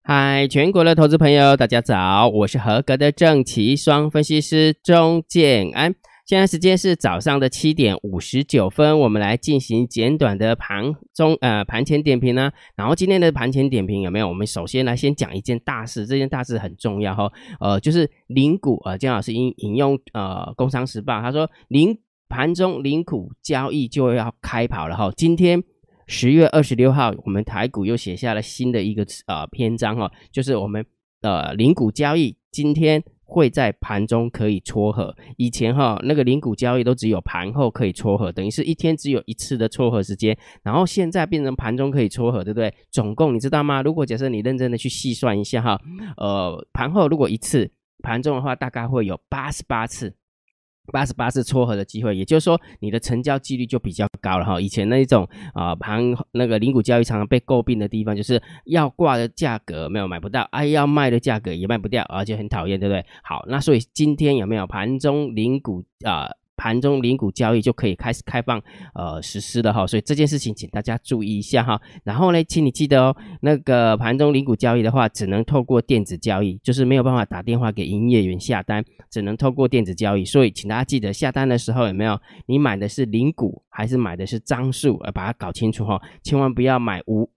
嗨，全国的投资朋友，大家早，我是合格的正奇双分析师钟建安。现在时间是早上的7:59，我们来进行简短的盘前点评呢。然后今天的盘前点评有没有？我们首先来先讲一件大事，这件大事很重要就是零股姜老师引用工商时报，他说盘中零股交易就要开跑了今天10月26号，我们台股又写下了新的一个篇章就是我们零股交易今天会在盘中可以撮合，以前那个零股交易都只有盘后可以撮合，等于是一天只有一次的撮合时间，然后现在变成盘中可以撮合，对不对？总共你知道吗？如果假设你认真的去细算一下盘后如果一次，盘中的话大概会有88次撮合的机会，也就是说你的成交几率就比较高了以前那一种那个零股交易常常被诟病的地方，就是要挂的价格没有买不到要卖的价格也卖不掉就很讨厌，对不对？好，那所以今天有没有盘中零股交易就可以开始开放实施了所以这件事情请大家注意一下然后呢，请你记得那个盘中零股交易的话，只能透过电子交易，就是没有办法打电话给营业员下单，只能透过电子交易。所以请大家记得下单的时候有没有你买的是零股还是买的是张数把它搞清楚千万不要买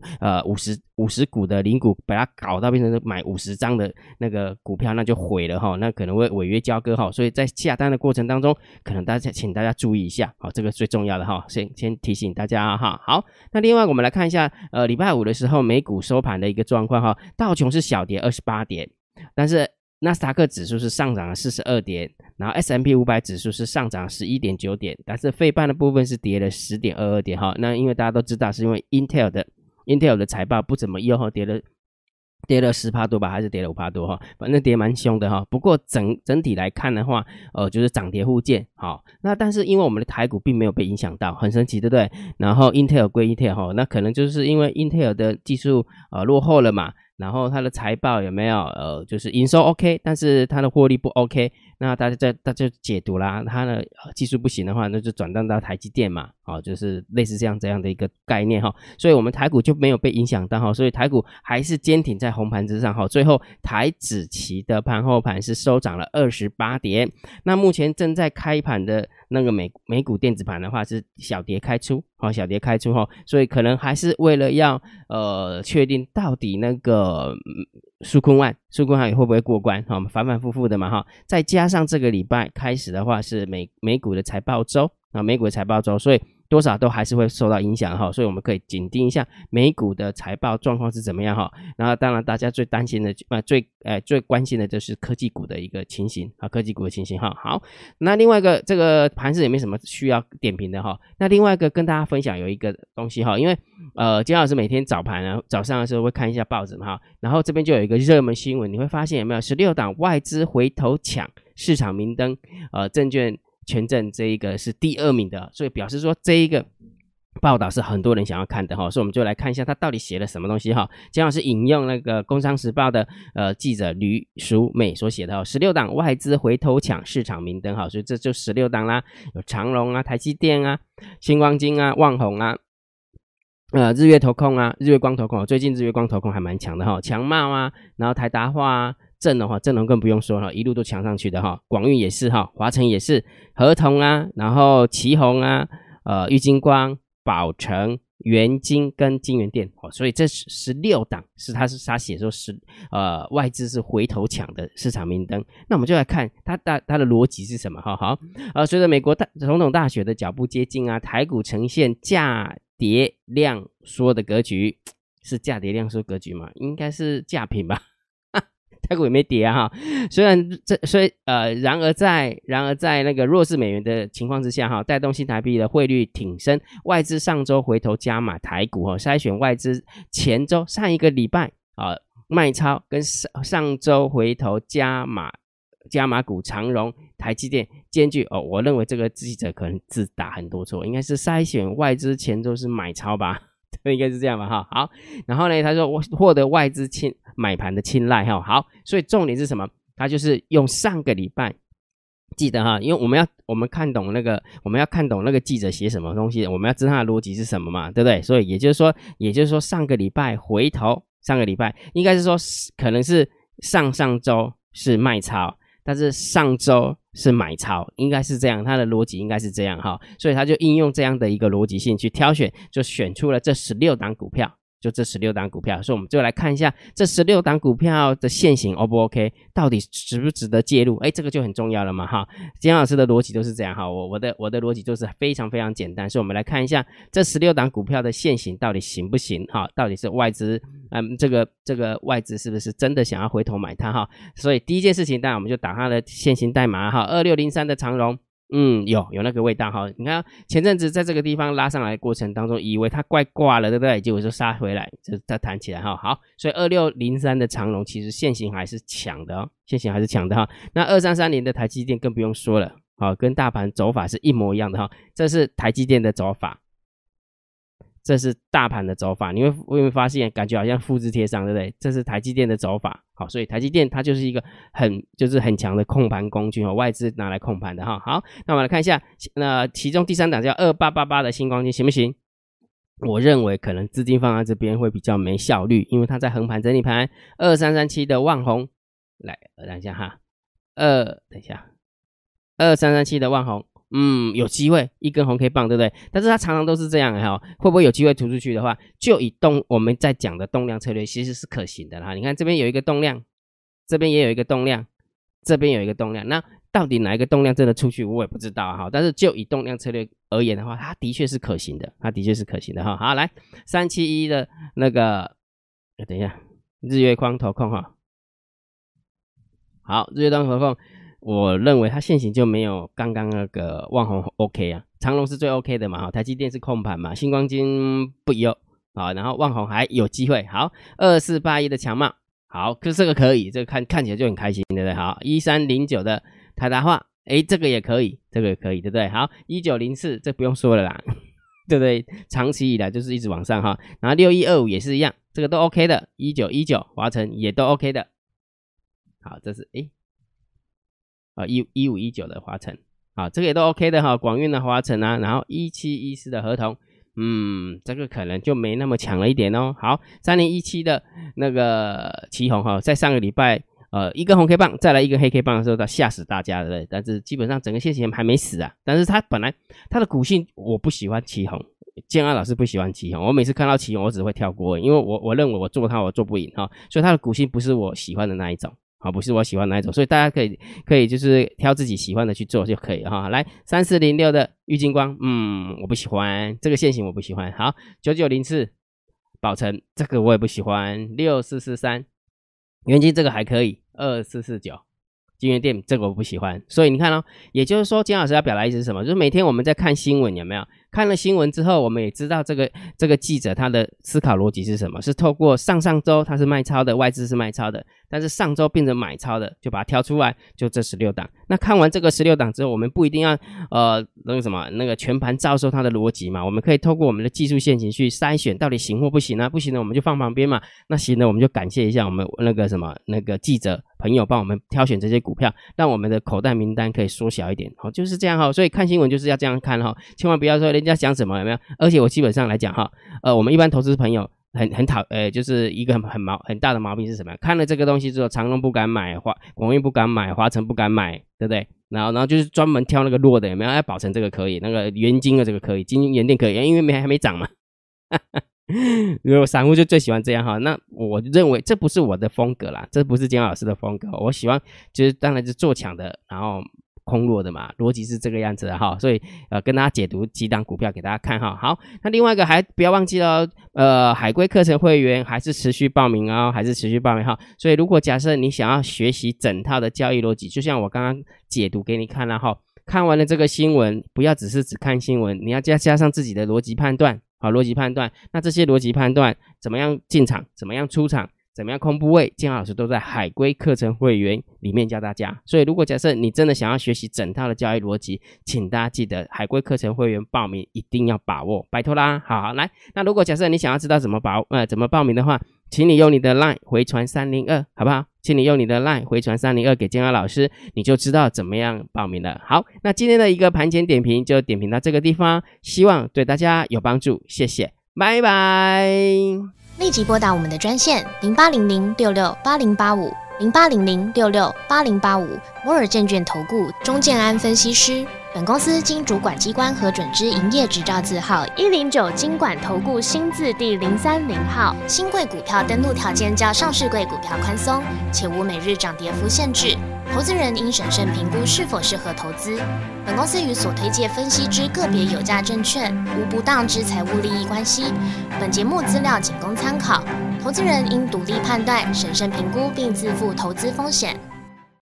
50股的零股，把它搞到变成买50张的那个股票，那就毁了那可能会违约交割所以在下单的过程当中，可能请大家注意一下这个最重要的先提醒大家好，那另外我们来看一下礼拜五的时候美股收盘的一个状况道琼是小跌28点，但是纳斯达克指数是上涨了42点，然后 S&P 500指数是上涨 11.9 点，但是费半的部分是跌了 10.22 点那因为大家都知道是因为 Intel 的财报不怎么优跌了10%多吧，还是跌了5%多反正跌蛮凶的不过整体来看的话就是涨跌互见那但是因为我们的台股并没有被影响到，很神奇对不对？然后 Intel 归 Intel 那可能就是因为 Intel 的技术落后了嘛，然后它的财报有没有就是营收 OK， 但是它的获利不 OK， 那大家就解读啦，它的技术不行的话，那就转账到台积电嘛就是类似这样的一个概念所以我们台股就没有被影响到所以台股还是坚挺在红盘之上最后台指期的盘后盘是收涨了28点，那目前正在开盘的那个美股电子盘的话是小跌开出所以可能还是为了要确定到底那个纾困案会不会过关反反复复的嘛再加上这个礼拜开始的话是美股的财报周所以多少都还是会受到影响所以我们可以紧盯一下美股的财报状况是怎么样然后当然大家最担心的最关心的就是科技股的一个情形好，那另外一个这个盘势也没什么需要点评的那另外一个跟大家分享有一个东西因为姜老师每天早上的时候会看一下报纸嘛然后这边就有一个热门新闻，你会发现有没有16档外资回头抢市场明灯证券权证这一个是第2名的，所以表示说这一个报道是很多人想要看的所以我们就来看一下他到底写了什么东西姜老师引用那个工商时报的记者吕淑美所写的16档外资回头抢市场明灯所以这就16档啦，有长荣台积电新光金旺宏日月光投控最近日月光投控还蛮强的强茂然后台达化正荣更不用说一路都强上去的广运也是华城也是，合同然后奇宏玉晶光、宝成、元晶跟金源店所以这16档是他写说外资是回头抢的市场明灯。那我们就来看他的逻辑是什么随着美国总统大选的脚步接近台股呈现价跌量缩的格局，是价跌量缩格局吗？应该是价平吧台股也没跌虽然然而在那个弱势美元的情况之下带动新台币的汇率挺升，外资上周回头加码台股筛选外资前周上一个礼拜卖超跟上周回头加码股长荣台积电兼具我认为这个记者可能字打很多错，应该是筛选外资前周是买超吧应该是这样吧好，然后呢他说我获得外资买盘的青睐好，所以重点是什么？他就是用上个礼拜记得因为我们看懂那个我要看懂那个记者写什么东西，我们要知道他的逻辑是什么嘛，对不对？所以也就是说上个礼拜回头上个礼拜应该是说可能是上上周是卖超，但是上周是买超，应该是这样，它的逻辑应该是这样哈，所以他就应用这样的一个逻辑性去挑选，就选出了这16档股票。就这16档股票，所以我们就来看一下这16档股票的现行 O 不 OK， 到底值不值得介入？这个就很重要了嘛哈。金老师的逻辑都是这样哈，我的逻辑就是非常非常简单，所以我们来看一下这16档股票的现行到底行不行哈？到底是外资这个外资是不是真的想要回头买它哈？所以第一件事情，当然我们就打它的现行代码哈，2603的长荣。有那个味道哈，你看前阵子在这个地方拉上来的过程当中，以为它怪挂了，对不对？结果就杀回来，就再弹起来哈。好，所以2603的长荣其实现行还是强的哦，现行还是强的哈。那2330的台积电更不用说了，好，跟大盘走法是一模一样的哈。这是台积电的走法，这是大盘的走法，你会发现感觉好像复制贴上，对不对？这是台积电的走法，好，所以台积电它就是一个很强的控盘工具，外资拿来控盘的哈。好，那我们来看一下，那其中第3档叫2888的星光金行不行？我认为可能资金放在这边会比较没效率，因为它在横盘整理盘。2337的旺宏，来等一下哈等一下，2337的旺宏。有机会一根红 K 棒，对不对？但是它常常都是这样哈，会不会有机会突出去的话，就以我们在讲的动量策略其实是可行的啦。你看这边有一个动量，这边也有一个动量，这边有一个动量，那到底哪一个动量真的出去，我也不知道哈。但是就以动量策略而言的话，它的确是可行的，哈。好，来371的那个，等一下，日月光投控哈。好，日月光投控。我认为它现行就没有刚刚那个旺宏 OK 啊，长荣是最 OK 的嘛，台积电是控盘嘛，星光金不优啊，然后旺宏还有机会。好，2481的强茂，好，可是这个可以，这个看起来就很开心，对不对？好，1309的台达化，这个也可以，对不对？好，1904这不用说了啦，对不对？长期以来就是一直往上哈，然后6125也是一样，这个都 OK 的，1919华城也都 OK 的。好，这是1519的华城，好，这个也都 OK 的哈，广运的华城啊，然后1714的合同，这个可能就没那么强了一点哦。好，3017的那个旗宏哈，在上个礼拜一根红 K 棒，再来一根黑 K 棒的时候，它吓死大家了，但是基本上整个现行还没死啊，但是它本来它的股性我不喜欢旗宏，建安老师不喜欢旗宏，我每次看到旗宏我只会跳过，因为我认为我做它我做不赢哈，所以它的股性不是我喜欢的那一种。好，不是我喜欢哪一种，所以大家可以就是挑自己喜欢的去做就可以了哈。来3406的玉金光，我不喜欢这个线型，我不喜欢。好，9904宝成这个我也不喜欢。6443元金这个还可以，2449金源店这个我不喜欢。所以你看哦，也就是说金老师要表达意思是什么？就是每天我们在看新闻，有没有看了新闻之后，我们也知道这个记者他的思考逻辑是什么？是透过上周他是卖超的，外资是卖超的，但是上周变成买超的，就把它挑出来，就这16档。那看完这个16档之后，我们不一定要那个全盘照收它的逻辑嘛，我们可以透过我们的技术线型去筛选到底行或不行啊，不行的我们就放旁边嘛，那行的我们就感谢一下我们那个记者朋友帮我们挑选这些股票，让我们的口袋名单可以缩小一点，就是这样哈。所以看新闻就是要这样看哈，千万不要说人家讲什么有没有？而且我基本上来讲哈，我们一般投资朋友就是一个很大的毛病是什么？看了这个东西之后，长荣不敢买，广运不敢买，华城不敢买，对不对？然后就是专门挑那个弱的，有没有？宝成这个可以，那个元金的这个可以，金源店可以，因为还没涨嘛。如果散户就最喜欢这样哈，那我认为这不是我的风格啦，这不是金老师的风格。我喜欢就是当然是做强的，然后空弱的嘛，逻辑是这个样子的哈，所以跟大家解读几档股票给大家看哈。好，那另外一个还不要忘记了海龟课程会员还是持续报名哦，还是持续报名哈。所以如果假设你想要学习整套的交易逻辑，就像我刚刚解读给你看了哈，看完了这个新闻，不要只看新闻，你要加上自己的逻辑判断。好，逻辑判断，那这些逻辑判断怎么样进场，怎么样出场，怎么样空部位，建豪老师都在海龟课程会员里面教大家。所以如果假设你真的想要学习整套的交易逻辑，请大家记得海龟课程会员报名一定要把握，拜托啦。好，来，那如果假设你想要知道怎么报名的话，请你用你的 LINE 回传302，好不好？请你用你的 LINE 回传302给建豪老师，你就知道怎么样报名了。好，那今天的一个盘前点评就点评到这个地方，希望对大家有帮助，谢谢，拜拜。 立即拨打我们的专线08006680850800668085摩尔证券投顾钟建安分析师。本公司经主管机关核准之营业执照字号109金管投顾新字第030号。新贵股票登录条件较上市柜股票宽松，且无每日涨跌幅限制。投资人应审慎评估是否适合投资。本公司与所推介分析之个别有价证券无不当之财务利益关系。本节目资料仅供参考，投资人应独立判断、审慎评估并自负投资风险。